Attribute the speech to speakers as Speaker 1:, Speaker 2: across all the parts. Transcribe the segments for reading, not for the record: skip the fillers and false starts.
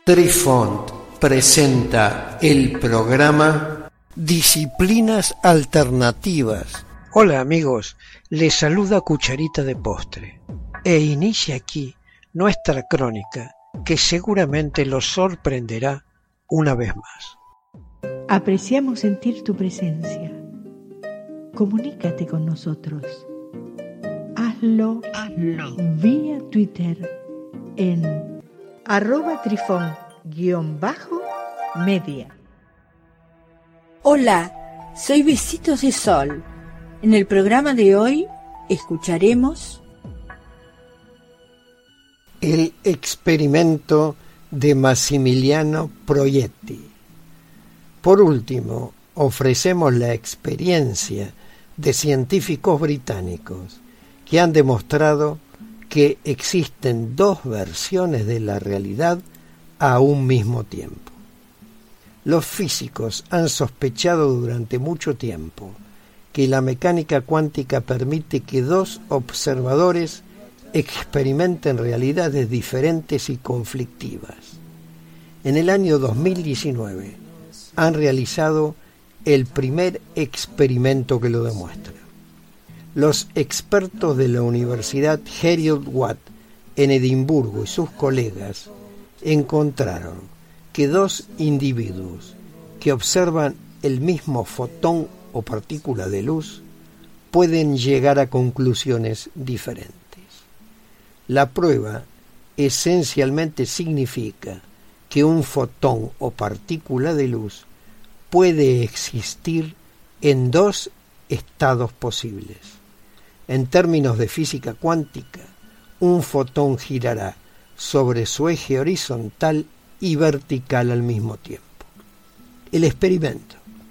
Speaker 1: Trifont presenta el programa Disciplinas Alternativas.
Speaker 2: Hola amigos, les saluda Cucharita de Postre e inicia aquí nuestra crónica que seguramente los sorprenderá una vez más.
Speaker 3: Apreciamos sentir tu presencia. Comunícate con nosotros. Hazlo vía Twitter en @trifon_media.
Speaker 4: Hola, soy Besitos de Sol. En el programa de hoy escucharemos
Speaker 1: el experimento de Massimiliano Proietti. Por último, ofrecemos la experiencia de científicos británicos que han demostrado que existen dos versiones de la realidad a un mismo tiempo. Los físicos han sospechado durante mucho tiempo que la mecánica cuántica permite que dos observadores experimenten realidades diferentes y conflictivas. En el año 2019 han realizado el primer experimento que lo demuestra. Los expertos de la Universidad Heriot-Watt en Edimburgo y sus colegas encontraron que dos individuos que observan el mismo fotón o partícula de luz pueden llegar a conclusiones diferentes. La prueba esencialmente significa que un fotón o partícula de luz puede existir en dos estados posibles. En términos de física cuántica, un fotón girará sobre su eje horizontal y vertical al mismo tiempo. El experimento.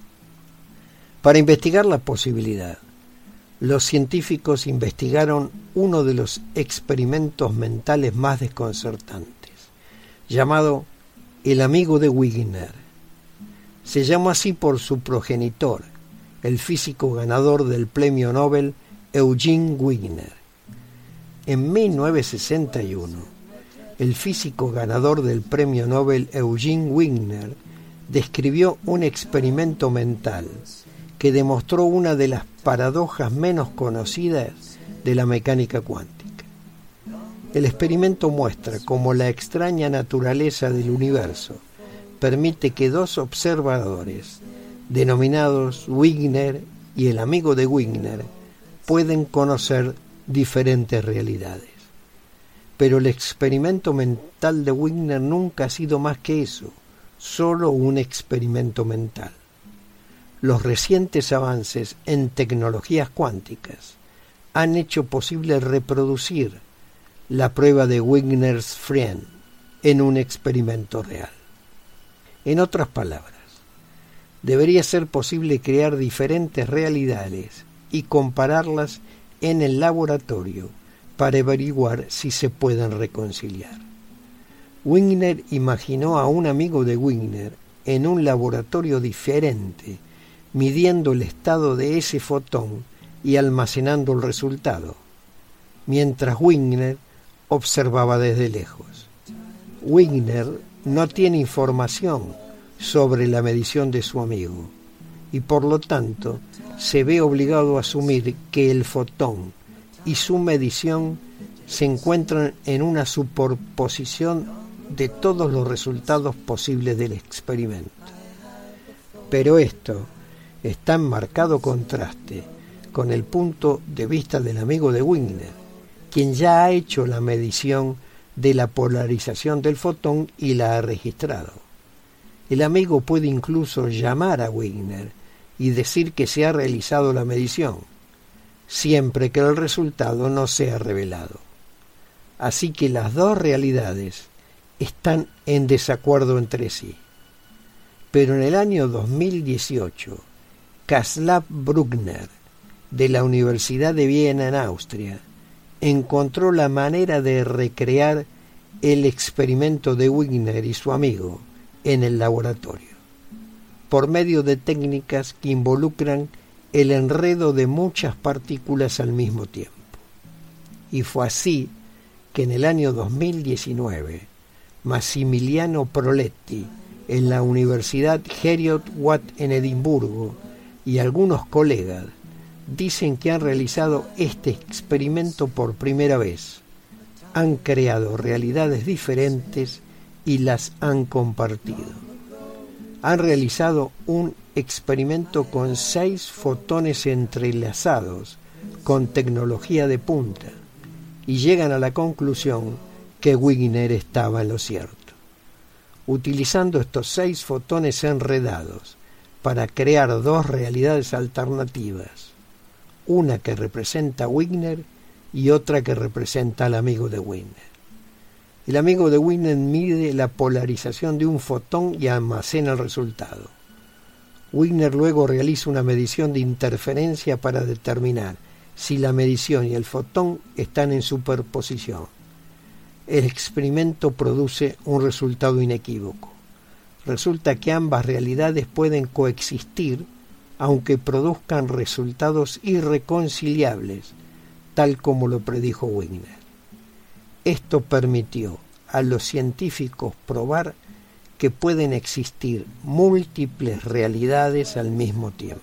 Speaker 1: Para investigar la posibilidad, los científicos investigaron uno de los experimentos mentales más desconcertantes, llamado el amigo de Wigner. Se llamó así por su progenitor, el físico ganador del premio Nobel Eugene Wigner. En 1961, el físico ganador del premio Nobel Eugene Wigner describió un experimento mental que demostró una de las paradojas menos conocidas de la mecánica cuántica. El experimento muestra cómo la extraña naturaleza del universo permite que dos observadores, denominados Wigner y el amigo de Wigner, pueden conocer diferentes realidades. Pero el experimento mental de Wigner nunca ha sido más que eso, solo un experimento mental. Los recientes avances en tecnologías cuánticas han hecho posible reproducir la prueba de Wigner's friend en un experimento real. En otras palabras, debería ser posible crear diferentes realidades y compararlas en el laboratorio para averiguar si se pueden reconciliar. Wigner imaginó a un amigo de Wigner en un laboratorio diferente, midiendo el estado de ese fotón y almacenando el resultado, mientras Wigner observaba desde lejos. Wigner no tiene información sobre la medición de su amigo y por lo tanto se ve obligado a asumir que el fotón y su medición se encuentran en una superposición de todos los resultados posibles del experimento. Pero esto está en marcado contraste con el punto de vista del amigo de Wigner, quien ya ha hecho la medición de la polarización del fotón y la ha registrado. El amigo puede incluso llamar a Wigner y decir que se ha realizado la medición, siempre que el resultado no sea revelado. Así que las dos realidades están en desacuerdo entre sí. Pero en el año 2018, Kaslav Bruckner, de la Universidad de Viena en Austria, encontró la manera de recrear el experimento de Wigner y su amigo en el laboratorio, por medio de técnicas que involucran el enredo de muchas partículas al mismo tiempo. Y fue así que en el año 2019 Massimiliano Proietti en la Universidad Heriot-Watt en Edimburgo y algunos colegas dicen que han realizado este experimento por primera vez. Han creado realidades diferentes y las han compartido. Han realizado un experimento con 6 fotones entrelazados con tecnología de punta y llegan a la conclusión que Wigner estaba en lo cierto. Utilizando estos 6 fotones enredados para crear 2 realidades alternativas, una que representa a Wigner y otra que representa al amigo de Wigner. El amigo de Wigner mide la polarización de un fotón y almacena el resultado. Wigner luego realiza una medición de interferencia para determinar si la medición y el fotón están en superposición. El experimento produce un resultado inequívoco. Resulta que ambas realidades pueden coexistir aunque produzcan resultados irreconciliables, tal como lo predijo Wigner. Esto permitió a los científicos probar que pueden existir múltiples realidades al mismo tiempo.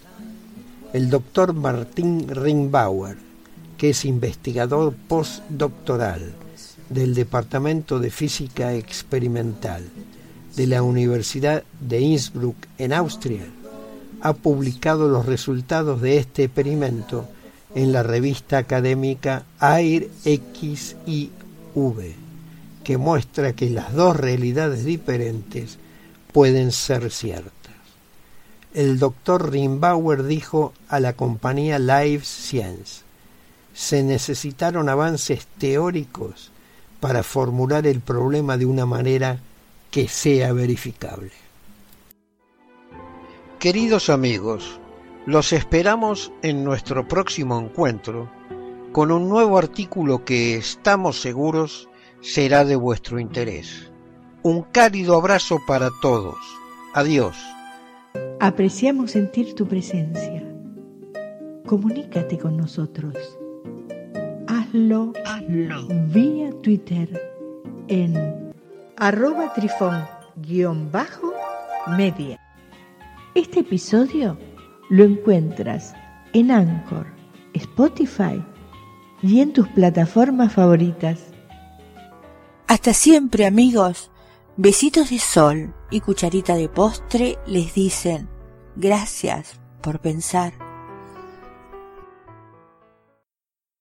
Speaker 1: El doctor Martin Ringbauer, que es investigador postdoctoral del Departamento de Física Experimental de la Universidad de Innsbruck en Austria, ha publicado los resultados de este experimento en la revista académica AIR-XIV, que muestra que las 2 realidades diferentes pueden ser ciertas. El doctor Ringbauer dijo a la compañía Life Science: se necesitaron avances teóricos para formular el problema de una manera que sea verificable.
Speaker 2: Queridos amigos, los esperamos en nuestro próximo encuentro con un nuevo artículo que estamos seguros será de vuestro interés. Un cálido abrazo para todos. Adiós.
Speaker 3: Apreciamos sentir tu presencia. Comunícate con nosotros. Hazlo vía Twitter en @trifón_media. Este episodio lo encuentras en Anchor, Spotify y en tus plataformas favoritas.
Speaker 4: Hasta siempre, amigos. Besitos de sol y cucharita de postre les dicen gracias por pensar.